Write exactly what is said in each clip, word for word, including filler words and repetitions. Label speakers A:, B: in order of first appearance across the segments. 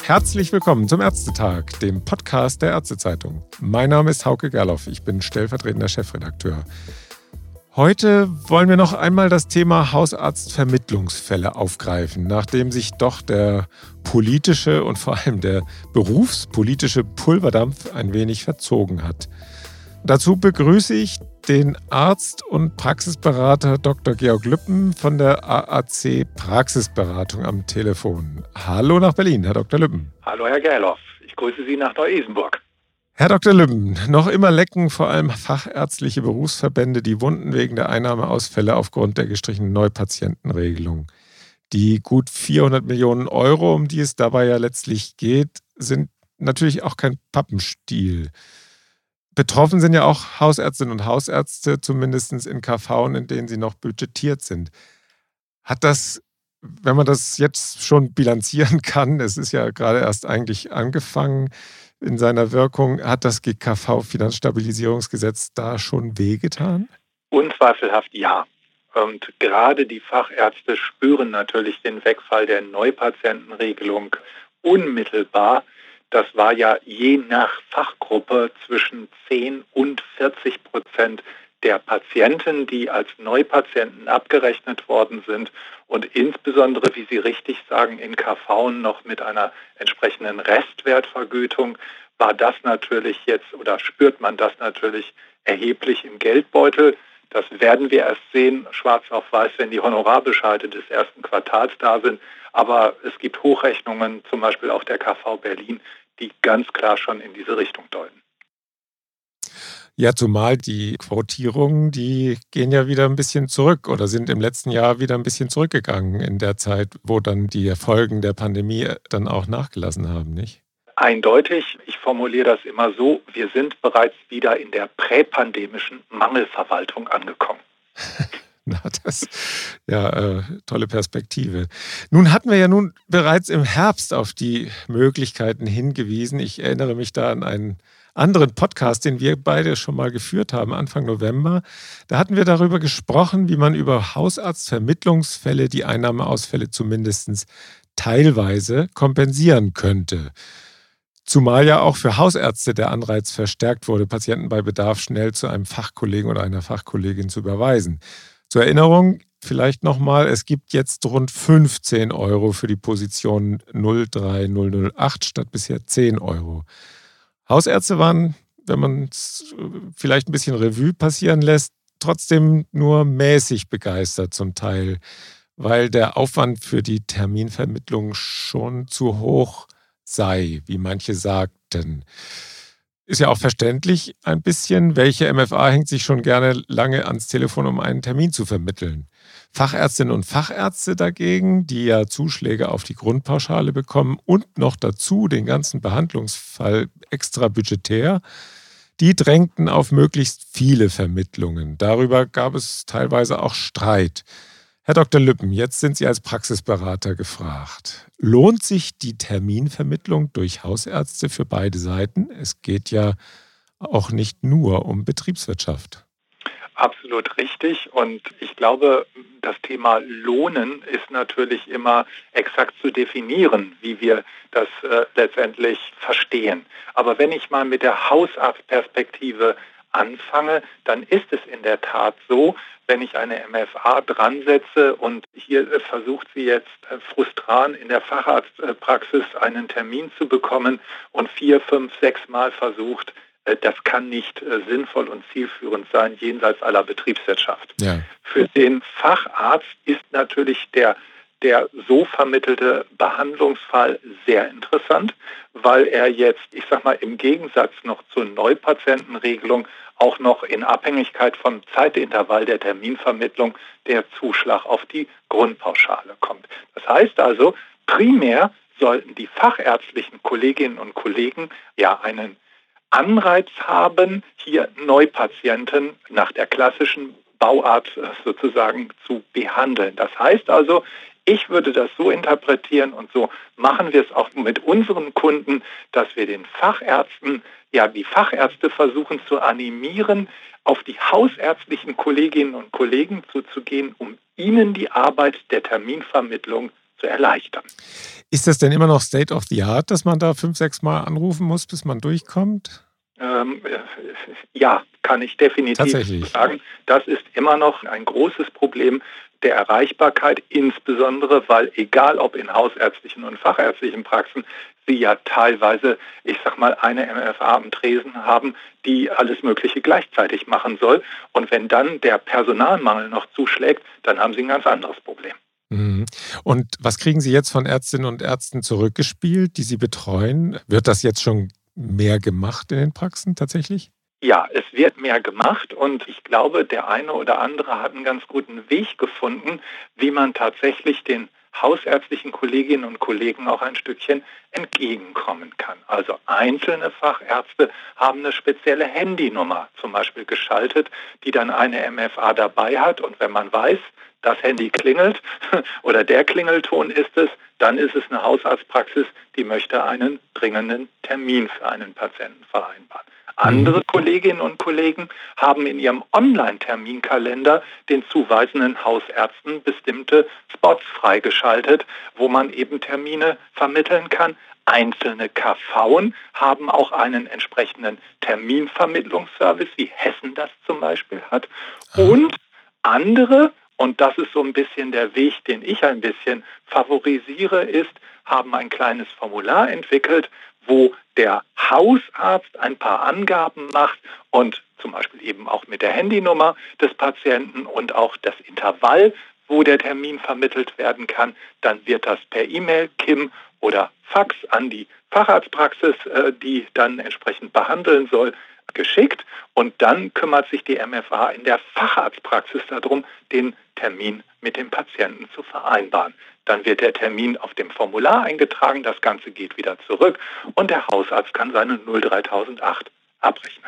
A: Herzlich willkommen zum Ärztetag, dem Podcast der Ärztezeitung. Mein Name ist Hauke Gerloff, ich bin stellvertretender Chefredakteur. Heute wollen wir noch einmal das Thema Hausarztvermittlungsfälle aufgreifen, nachdem sich doch der politische und vor allem der berufspolitische Pulverdampf ein wenig verzogen hat. Dazu begrüße ich den Arzt und Praxisberater Doktor Georg Lüppen von der A A C Praxisberatung am Telefon. Hallo nach Berlin, Herr Doktor Lüppen.
B: Hallo Herr Gerloff, ich grüße Sie nach Neu-Isenburg.
A: Herr Doktor Lüppen, noch immer lecken vor allem fachärztliche Berufsverbände die Wunden wegen der Einnahmeausfälle aufgrund der gestrichenen Neupatientenregelung. Die gut vierhundert Millionen Euro, um die es dabei ja letztlich geht, sind natürlich auch kein Pappenstiel. Betroffen sind ja auch Hausärztinnen und Hausärzte, zumindest in K Vs, in denen sie noch budgetiert sind. Hat das, wenn man das jetzt schon bilanzieren kann, es ist ja gerade erst eigentlich angefangen in seiner Wirkung, hat das G K V-Finanzstabilisierungsgesetz da schon wehgetan?
B: Unzweifelhaft ja. Und gerade die Fachärzte spüren natürlich den Wegfall der Neupatientenregelung unmittelbar. Das war ja je nach Fachgruppe zwischen zehn und vierzig Prozent der Patienten, die als Neupatienten abgerechnet worden sind und insbesondere, wie Sie richtig sagen, in K Vs noch mit einer entsprechenden Restwertvergütung war das natürlich jetzt oder spürt man das natürlich erheblich im Geldbeutel. Das werden wir erst sehen, schwarz auf weiß, wenn die Honorarbescheide des ersten Quartals da sind. Aber es gibt Hochrechnungen, zum Beispiel auch der K V Berlin, die ganz klar schon in diese Richtung deuten.
A: Ja, zumal die Quotierungen, die gehen ja wieder ein bisschen zurück oder sind im letzten Jahr wieder ein bisschen zurückgegangen in der Zeit, wo dann die Folgen der Pandemie dann auch nachgelassen haben, nicht?
B: Eindeutig, ich formuliere das immer so, wir sind bereits wieder in der präpandemischen Mangelverwaltung angekommen.
A: Na, das ja äh, tolle Perspektive. Nun hatten wir ja nun bereits im Herbst auf die Möglichkeiten hingewiesen. Ich erinnere mich da an einen anderen Podcast, den wir beide schon mal geführt haben, Anfang November. Da hatten wir darüber gesprochen, wie man über Hausarztvermittlungsfälle die Einnahmeausfälle zumindest teilweise kompensieren könnte. Zumal ja auch für Hausärzte der Anreiz verstärkt wurde, Patienten bei Bedarf schnell zu einem Fachkollegen oder einer Fachkollegin zu überweisen. Zur Erinnerung vielleicht nochmal, es gibt jetzt rund fünfzehn Euro für die Position null drei null null acht statt bisher zehn Euro. Hausärzte waren, wenn man es vielleicht ein bisschen Revue passieren lässt, trotzdem nur mäßig begeistert zum Teil, weil der Aufwand für die Terminvermittlung schon zu hoch sei, wie manche sagten. Ist ja auch verständlich ein bisschen, welche M F A hängt sich schon gerne lange ans Telefon, um einen Termin zu vermitteln. Fachärztinnen und Fachärzte dagegen, die ja Zuschläge auf die Grundpauschale bekommen und noch dazu den ganzen Behandlungsfall extra budgetär, die drängten auf möglichst viele Vermittlungen. Darüber gab es teilweise auch Streit. Herr Doktor Lüppen, jetzt sind Sie als Praxisberater gefragt. Lohnt sich die Terminvermittlung durch Hausärzte für beide Seiten? Es geht ja auch nicht nur um Betriebswirtschaft.
B: Absolut richtig. Und ich glaube, das Thema Lohnen ist natürlich immer exakt zu definieren, wie wir das äh, letztendlich verstehen. Aber wenn ich mal mit der Hausarztperspektive anfange, dann ist es in der Tat so, wenn ich eine M F A dran setze und hier versucht sie jetzt frustran in der Facharztpraxis einen Termin zu bekommen und vier, fünf, sechs Mal versucht, das kann nicht sinnvoll und zielführend sein, jenseits aller Betriebswirtschaft. Ja. Für den Facharzt ist natürlich der der so vermittelte Behandlungsfall sehr interessant, weil er jetzt, ich sag mal, im Gegensatz noch zur Neupatientenregelung auch noch in Abhängigkeit vom Zeitintervall der Terminvermittlung der Zuschlag auf die Grundpauschale kommt. Das heißt also, primär sollten die fachärztlichen Kolleginnen und Kollegen ja einen Anreiz haben, hier Neupatienten nach der klassischen Bauart sozusagen zu behandeln. Das heißt also, ich würde das so interpretieren und so machen wir es auch mit unseren Kunden, dass wir den Fachärzten, ja die Fachärzte versuchen zu animieren, auf die hausärztlichen Kolleginnen und Kollegen zuzugehen, um ihnen die Arbeit der Terminvermittlung zu erleichtern.
A: Ist das denn immer noch State of the Art, dass man da fünf, sechs Mal anrufen muss, bis man durchkommt?
B: Ähm, ja, kann ich definitiv sagen. Das ist immer noch ein großes Problem der Erreichbarkeit, insbesondere weil, egal ob in hausärztlichen und fachärztlichen Praxen, sie ja teilweise, ich sag mal, eine M F A am Tresen haben, die alles Mögliche gleichzeitig machen soll. Und wenn dann der Personalmangel noch zuschlägt, dann haben sie ein ganz anderes Problem.
A: Mhm. Und was kriegen Sie jetzt von Ärztinnen und Ärzten zurückgespielt, die Sie betreuen? Wird das jetzt schon mehr gemacht in den Praxen tatsächlich?
B: Ja, es wird mehr gemacht und ich glaube, der eine oder andere hat einen ganz guten Weg gefunden, wie man tatsächlich den hausärztlichen Kolleginnen und Kollegen auch ein Stückchen entgegenkommen kann. Also einzelne Fachärzte haben eine spezielle Handynummer zum Beispiel geschaltet, die dann eine M F A dabei hat, und wenn man weiß, das Handy klingelt oder der Klingelton ist es, dann ist es eine Hausarztpraxis, die möchte einen dringenden Termin für einen Patienten vereinbaren. Andere Kolleginnen und Kollegen haben in ihrem Online-Terminkalender den zuweisenden Hausärzten bestimmte Spots freigeschaltet, wo man eben Termine vermitteln kann. Einzelne K Vs haben auch einen entsprechenden Terminvermittlungsservice, wie Hessen das zum Beispiel hat. Und andere, und das ist so ein bisschen der Weg, den ich ein bisschen favorisiere, ist, haben ein kleines Formular entwickelt, wo der Hausarzt ein paar Angaben macht und zum Beispiel eben auch mit der Handynummer des Patienten und auch das Intervall, wo der Termin vermittelt werden kann. Dann wird das per E-Mail, K I M oder Fax an die Facharztpraxis, die dann entsprechend behandeln soll, geschickt, und dann kümmert sich die M F A in der Facharztpraxis darum, den Termin mit dem Patienten zu vereinbaren. Dann wird der Termin auf dem Formular eingetragen, das Ganze geht wieder zurück und der Hausarzt kann seine null drei null acht abrechnen.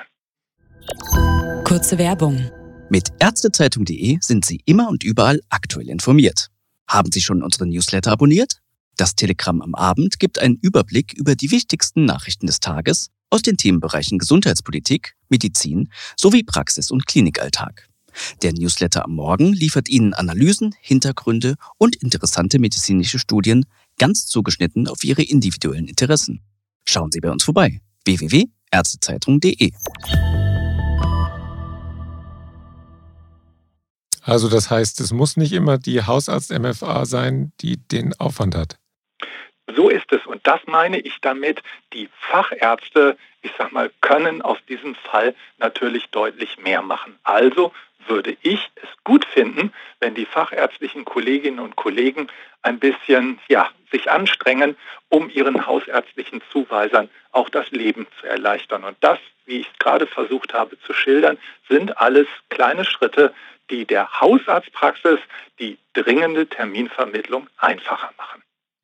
C: Kurze Werbung.
D: Mit ärztezeitung punkt de sind Sie immer und überall aktuell informiert. Haben Sie schon unseren Newsletter abonniert? Das Telegramm am Abend gibt einen Überblick über die wichtigsten Nachrichten des Tages aus den Themenbereichen Gesundheitspolitik, Medizin sowie Praxis- und Klinikalltag. Der Newsletter am Morgen liefert Ihnen Analysen, Hintergründe und interessante medizinische Studien, ganz zugeschnitten auf Ihre individuellen Interessen. Schauen Sie bei uns vorbei. w w w punkt ärztezeitung punkt de.
A: Also das heißt, es muss nicht immer die Hausarzt-M F A sein, die den Aufwand hat.
B: So ist es, und das meine ich damit, die Fachärzte, ich sag mal, können aus diesem Fall natürlich deutlich mehr machen. Also würde ich es gut finden, wenn die fachärztlichen Kolleginnen und Kollegen ein bisschen, ja, sich anstrengen, um ihren hausärztlichen Zuweisern auch das Leben zu erleichtern. Und das, wie ich es gerade versucht habe zu schildern, sind alles kleine Schritte, die der Hausarztpraxis die dringende Terminvermittlung einfacher machen.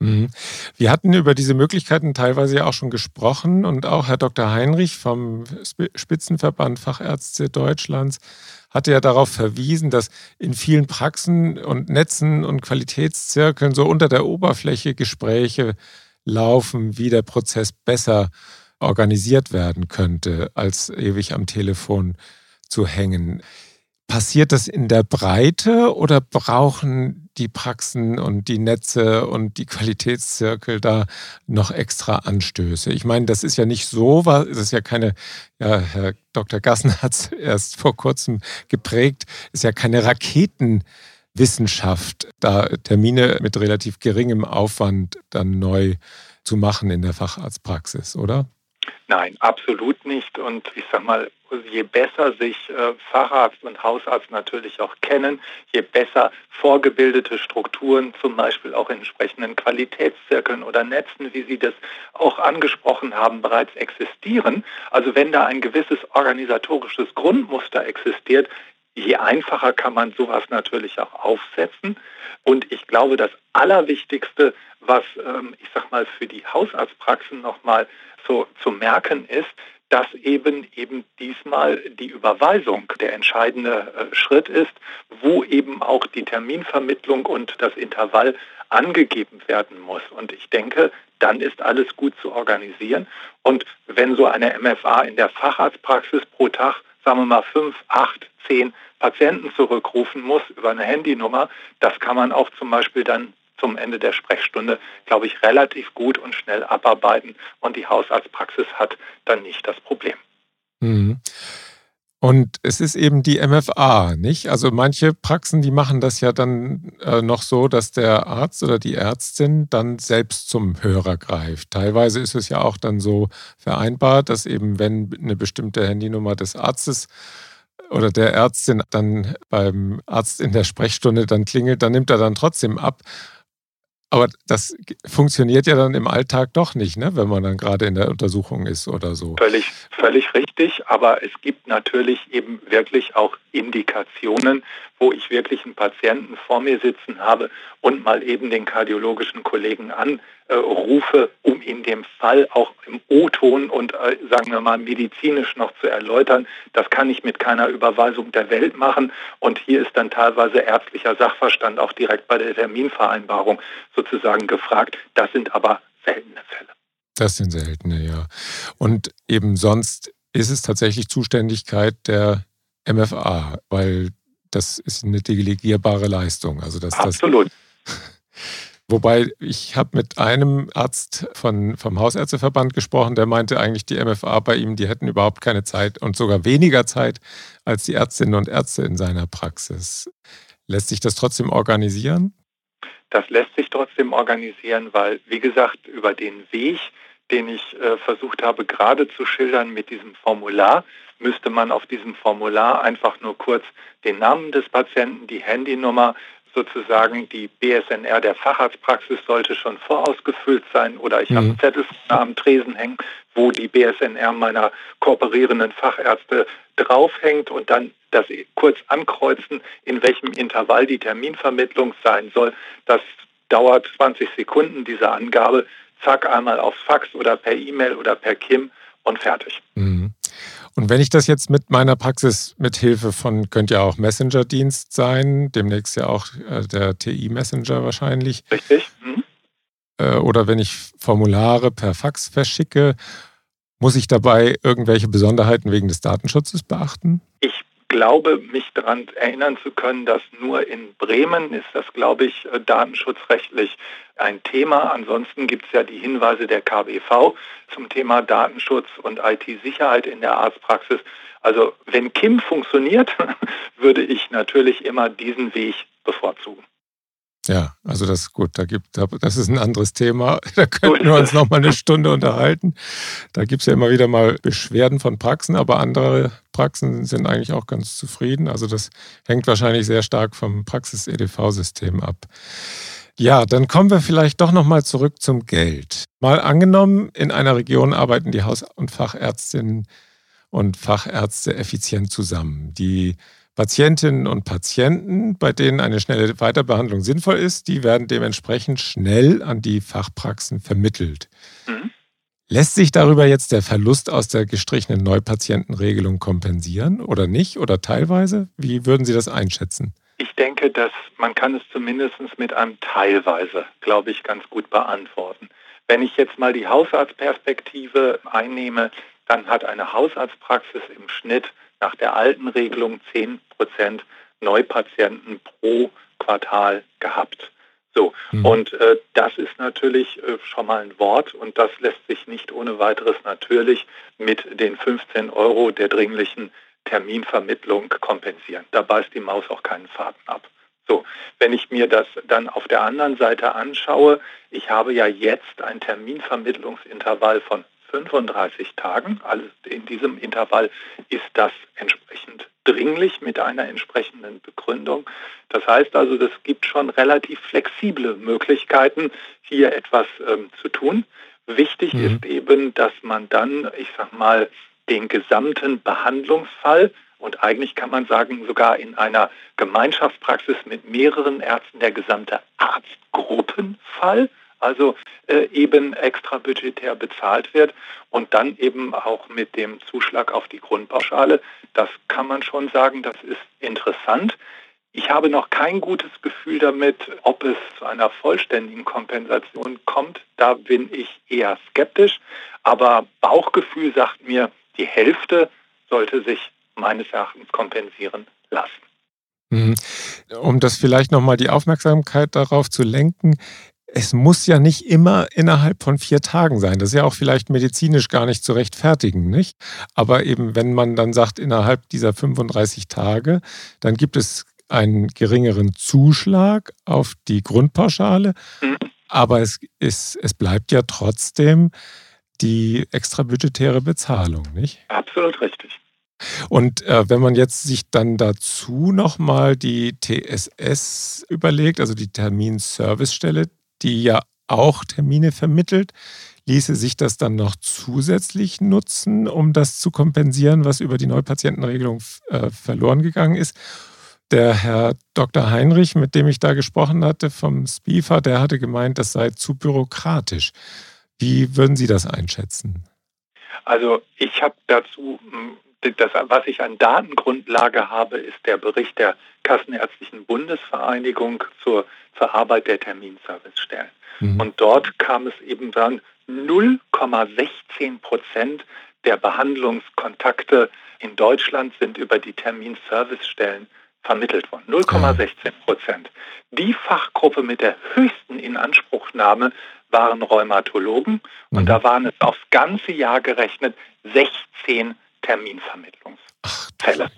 A: Wir hatten über diese Möglichkeiten teilweise ja auch schon gesprochen, und auch Herr Doktor Heinrich vom Spitzenverband Fachärzte Deutschlands hatte ja darauf verwiesen, dass in vielen Praxen und Netzen und Qualitätszirkeln so unter der Oberfläche Gespräche laufen, wie der Prozess besser organisiert werden könnte, als ewig am Telefon zu hängen. Passiert das in der Breite oder brauchen die Praxen und die Netze und die Qualitätszirkel da noch extra Anstöße? Ich meine, das ist ja nicht so, das ist ja keine, ja, Herr Doktor Gassen hat es erst vor kurzem geprägt, ist ja keine Raketenwissenschaft, da Termine mit relativ geringem Aufwand dann neu zu machen in der Facharztpraxis, oder?
B: Nein, absolut nicht. Und ich sag mal, je besser sich äh, Facharzt und Hausarzt natürlich auch kennen, je besser vorgebildete Strukturen, zum Beispiel auch in entsprechenden Qualitätszirkeln oder Netzen, wie Sie das auch angesprochen haben, bereits existieren. Also wenn da ein gewisses organisatorisches Grundmuster existiert, je einfacher kann man sowas natürlich auch aufsetzen. Und ich glaube, das Allerwichtigste, was ähm, ich sag mal für die Hausarztpraxen nochmal so zu merken ist, dass eben eben diesmal die Überweisung der entscheidende äh, Schritt ist, wo eben auch die Terminvermittlung und das Intervall angegeben werden muss. Und ich denke, dann ist alles gut zu organisieren. Und wenn so eine M F A in der Facharztpraxis pro Tag, sagen wir mal, fünf, acht, zehn Patienten zurückrufen muss über eine Handynummer, das kann man auch zum Beispiel dann zum Ende der Sprechstunde, glaube ich, relativ gut und schnell abarbeiten und die Hausarztpraxis hat dann nicht das Problem.
A: Mhm. Und es ist eben die M F A, nicht? Also manche Praxen, die machen das ja dann äh, noch so, dass der Arzt oder die Ärztin dann selbst zum Hörer greift. Teilweise ist es ja auch dann so vereinbart, dass eben, wenn eine bestimmte Handynummer des Arztes oder der Ärztin dann beim Arzt in der Sprechstunde dann klingelt, dann nimmt er dann trotzdem ab. Aber das funktioniert ja dann im Alltag doch nicht, ne? Wenn man dann gerade in der Untersuchung ist oder so.
B: Völlig, völlig richtig, aber es gibt natürlich eben wirklich auch Indikationen, wo ich wirklich einen Patienten vor mir sitzen habe und mal eben den kardiologischen Kollegen anrufe, um in dem Fall auch im O-Ton und äh, sagen wir mal medizinisch noch zu erläutern. Das kann ich mit keiner Überweisung der Welt machen und hier ist dann teilweise ärztlicher Sachverstand auch direkt bei der Terminvereinbarung sozusagen gefragt. Das sind aber seltene Fälle.
A: Das sind seltene, ja. Und eben sonst ist es tatsächlich Zuständigkeit der M F A, weil das ist eine delegierbare Leistung. Also dass
B: Absolut.
A: Das, wobei ich habe mit einem Arzt von, vom Hausärzteverband gesprochen, der meinte eigentlich, die M F A bei ihm, die hätten überhaupt keine Zeit und sogar weniger Zeit als die Ärztinnen und Ärzte in seiner Praxis. Lässt sich das trotzdem organisieren?
B: Das lässt sich trotzdem organisieren, weil, wie gesagt, über den Weg, den ich äh, versucht habe gerade zu schildern mit diesem Formular, müsste man auf diesem Formular einfach nur kurz den Namen des Patienten, die Handynummer, sozusagen die B S N R der Facharztpraxis sollte schon vorausgefüllt sein oder ich mhm. habe einen Zettel am Tresen hängen, wo die B S N R meiner kooperierenden Fachärzte draufhängt und dann das kurz ankreuzen, in welchem Intervall die Terminvermittlung sein soll. Das dauert zwanzig Sekunden, diese Angabe. Zack, einmal aufs Fax oder per E-Mail oder per K I M und fertig.
A: Mhm. Und wenn ich das jetzt mit meiner Praxis mit Hilfe von, könnte ja auch Messenger-Dienst sein, demnächst ja auch äh, der T I-Messenger wahrscheinlich.
B: Richtig. Mhm.
A: Äh, oder wenn ich Formulare per Fax verschicke, muss ich dabei irgendwelche Besonderheiten wegen des Datenschutzes beachten?
B: Ich glaube, mich daran erinnern zu können, dass nur in Bremen ist das, glaube ich, datenschutzrechtlich ein Thema. Ansonsten gibt es ja die Hinweise der K B V zum Thema Datenschutz und I T-Sicherheit in der Arztpraxis. Also wenn K I M funktioniert, würde ich natürlich immer diesen Weg bevorzugen.
A: Ja, also das ist gut. Da gibt, das ist ein anderes Thema. Da könnten wir uns noch mal eine Stunde unterhalten. Da gibt es ja immer wieder mal Beschwerden von Praxen, aber andere Praxen sind eigentlich auch ganz zufrieden. Also das hängt wahrscheinlich sehr stark vom Praxis-E D V-System ab. Ja, dann kommen wir vielleicht doch noch mal zurück zum Geld. Mal angenommen, in einer Region arbeiten die Haus- und Fachärztinnen und Fachärzte effizient zusammen. Die Patientinnen und Patienten, bei denen eine schnelle Weiterbehandlung sinnvoll ist, die werden dementsprechend schnell an die Fachpraxen vermittelt. Mhm. Lässt sich darüber jetzt der Verlust aus der gestrichenen Neupatientenregelung kompensieren oder nicht oder teilweise? Wie würden Sie das einschätzen?
B: Ich denke, dass man kann es zumindest mit einem teilweise, glaube ich, ganz gut beantworten. Wenn ich jetzt mal die Hausarztperspektive einnehme, dann hat eine Hausarztpraxis im Schnitt nach der alten Regelung zehn Prozent Neupatienten pro Quartal gehabt. So, mhm. und äh, das ist natürlich äh, schon mal ein Wort und das lässt sich nicht ohne weiteres natürlich mit den fünfzehn Euro der dringlichen Terminvermittlung kompensieren. Da beißt die Maus auch keinen Faden ab. So, wenn ich mir das dann auf der anderen Seite anschaue, ich habe ja jetzt ein Terminvermittlungsintervall von fünfunddreißig Tagen. Also in diesem Intervall ist das entsprechend dringlich mit einer entsprechenden Begründung. Das heißt also, das gibt schon relativ flexible Möglichkeiten, hier etwas ähm, zu tun. Wichtig mhm. ist eben, dass man dann, ich sag mal, den gesamten Behandlungsfall und eigentlich kann man sagen, sogar in einer Gemeinschaftspraxis mit mehreren Ärzten der gesamte Arztgruppenfall, also äh, eben extrabudgetär bezahlt wird und dann eben auch mit dem Zuschlag auf die Grundpauschale. Das kann man schon sagen, das ist interessant. Ich habe noch kein gutes Gefühl damit, ob es zu einer vollständigen Kompensation kommt. Da bin ich eher skeptisch. Aber Bauchgefühl sagt mir, die Hälfte sollte sich meines Erachtens kompensieren lassen.
A: Um das vielleicht nochmal die Aufmerksamkeit darauf zu lenken, es muss ja nicht immer innerhalb von vier Tagen sein. Das ist ja auch vielleicht medizinisch gar nicht zu rechtfertigen, nicht? Aber eben, wenn man dann sagt, innerhalb dieser fünfunddreißig Tage, dann gibt es einen geringeren Zuschlag auf die Grundpauschale. Mhm. Aber es, ist, es bleibt ja trotzdem die extrabudgetäre Bezahlung, nicht?
B: Absolut richtig.
A: Und äh, wenn man jetzt sich dann dazu nochmal die T S S überlegt, also die Terminservicestelle, die ja auch Termine vermittelt, ließe sich das dann noch zusätzlich nutzen, um das zu kompensieren, was über die Neupatientenregelung äh, verloren gegangen ist. Der Herr Doktor Heinrich, mit dem ich da gesprochen hatte vom SPIFA, der hatte gemeint, das sei zu bürokratisch. Wie würden Sie das einschätzen?
B: Also ich habe dazu, das, was ich an Datengrundlage habe, ist der Bericht der Kassenärztlichen Bundesvereinigung zur, zur Arbeit der Terminservicestellen. Mhm. Und dort kam es eben dann null Komma sechzehn Prozent der Behandlungskontakte in Deutschland sind über die Terminservicestellen vermittelt worden. null Komma sechzehn Prozent. Die Fachgruppe mit der höchsten Inanspruchnahme waren Rheumatologen und mhm. da waren es aufs ganze Jahr gerechnet sechzehn Terminvermittlungsfälle.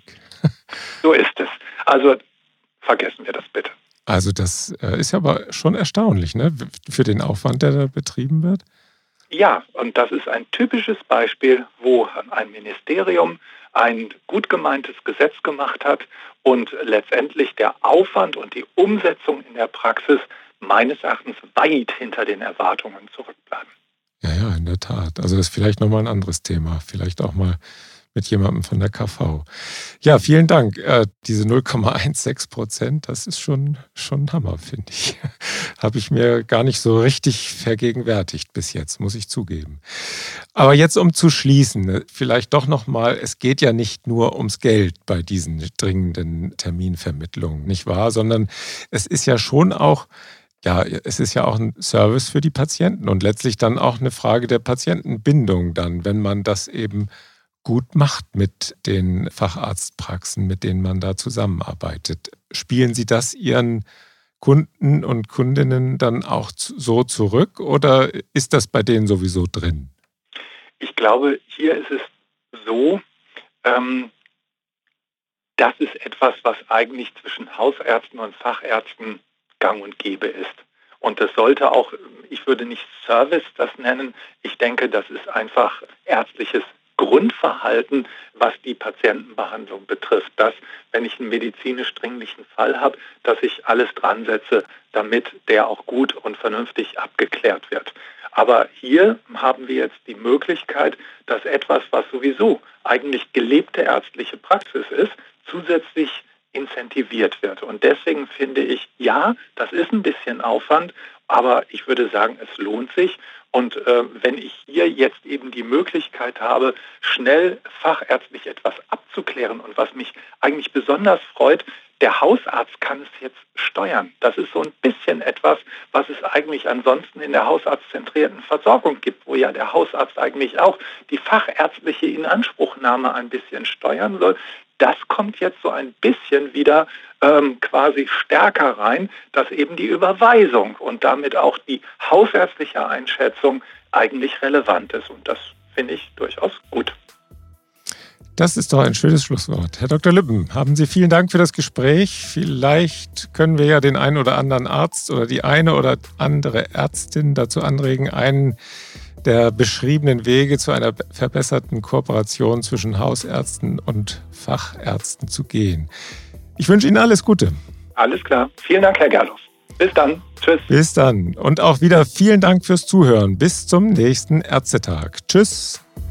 B: So ist es. Also vergessen wir das bitte.
A: Also das ist ja aber schon erstaunlich, ne? Für den Aufwand, der da betrieben wird.
B: Ja, und das ist ein typisches Beispiel, wo ein Ministerium ein gut gemeintes Gesetz gemacht hat und letztendlich der Aufwand und die Umsetzung in der Praxis meines Erachtens weit hinter den Erwartungen zurückbleiben.
A: Ja, ja, in der Tat. Also das ist vielleicht nochmal ein anderes Thema. Vielleicht auch mal mit jemandem von der K V. Ja, vielen Dank. Äh, diese null Komma sechzehn Prozent, das ist schon, schon ein Hammer, finde ich. Habe ich mir gar nicht so richtig vergegenwärtigt bis jetzt, muss ich zugeben. Aber jetzt, um zu schließen, vielleicht doch nochmal, es geht ja nicht nur ums Geld bei diesen dringenden Terminvermittlungen, nicht wahr? Sondern es ist ja schon auch, ja, es ist ja auch ein Service für die Patienten und letztlich dann auch eine Frage der Patientenbindung dann, wenn man das eben gut macht mit den Facharztpraxen, mit denen man da zusammenarbeitet. Spielen Sie das Ihren Kunden und Kundinnen dann auch so zurück oder ist das bei denen sowieso drin?
B: Ich glaube, hier ist es so, ähm, das ist etwas, was eigentlich zwischen Hausärzten und Fachärzten gang und gäbe ist. Und das sollte auch, ich würde nicht Service das nennen, ich denke, das ist einfach ärztliches Grundverhalten, was die Patientenbehandlung betrifft. Dass, wenn ich einen medizinisch dringlichen Fall habe, dass ich alles dran setze, damit der auch gut und vernünftig abgeklärt wird. Aber hier haben wir jetzt die Möglichkeit, dass etwas, was sowieso eigentlich gelebte ärztliche Praxis ist, zusätzlich incentiviert wird. Und deswegen finde ich, ja, das ist ein bisschen Aufwand, aber ich würde sagen, es lohnt sich. Und äh, wenn ich hier jetzt eben die Möglichkeit habe, schnell fachärztlich etwas abzuklären und was mich eigentlich besonders freut, der Hausarzt kann es jetzt steuern. Das ist so ein bisschen etwas, was es eigentlich ansonsten in der hausarztzentrierten Versorgung gibt, wo ja der Hausarzt eigentlich auch die fachärztliche Inanspruchnahme ein bisschen steuern soll. Das kommt jetzt so ein bisschen wieder ähm, quasi stärker rein, dass eben die Überweisung und damit auch die hausärztliche Einschätzung eigentlich relevant ist. Und das finde ich durchaus gut.
A: Das ist doch ein schönes Schlusswort. Herr Doktor Lübben, haben Sie vielen Dank für das Gespräch. Vielleicht können wir ja den einen oder anderen Arzt oder die eine oder andere Ärztin dazu anregen, einen der beschriebenen Wege zu einer verbesserten Kooperation zwischen Hausärzten und Fachärzten zu gehen. Ich wünsche Ihnen alles Gute.
B: Alles klar. Vielen Dank, Herr Gerloff. Bis dann. Tschüss.
A: Bis dann. Und auch wieder vielen Dank fürs Zuhören. Bis zum nächsten Ärztetag. Tschüss.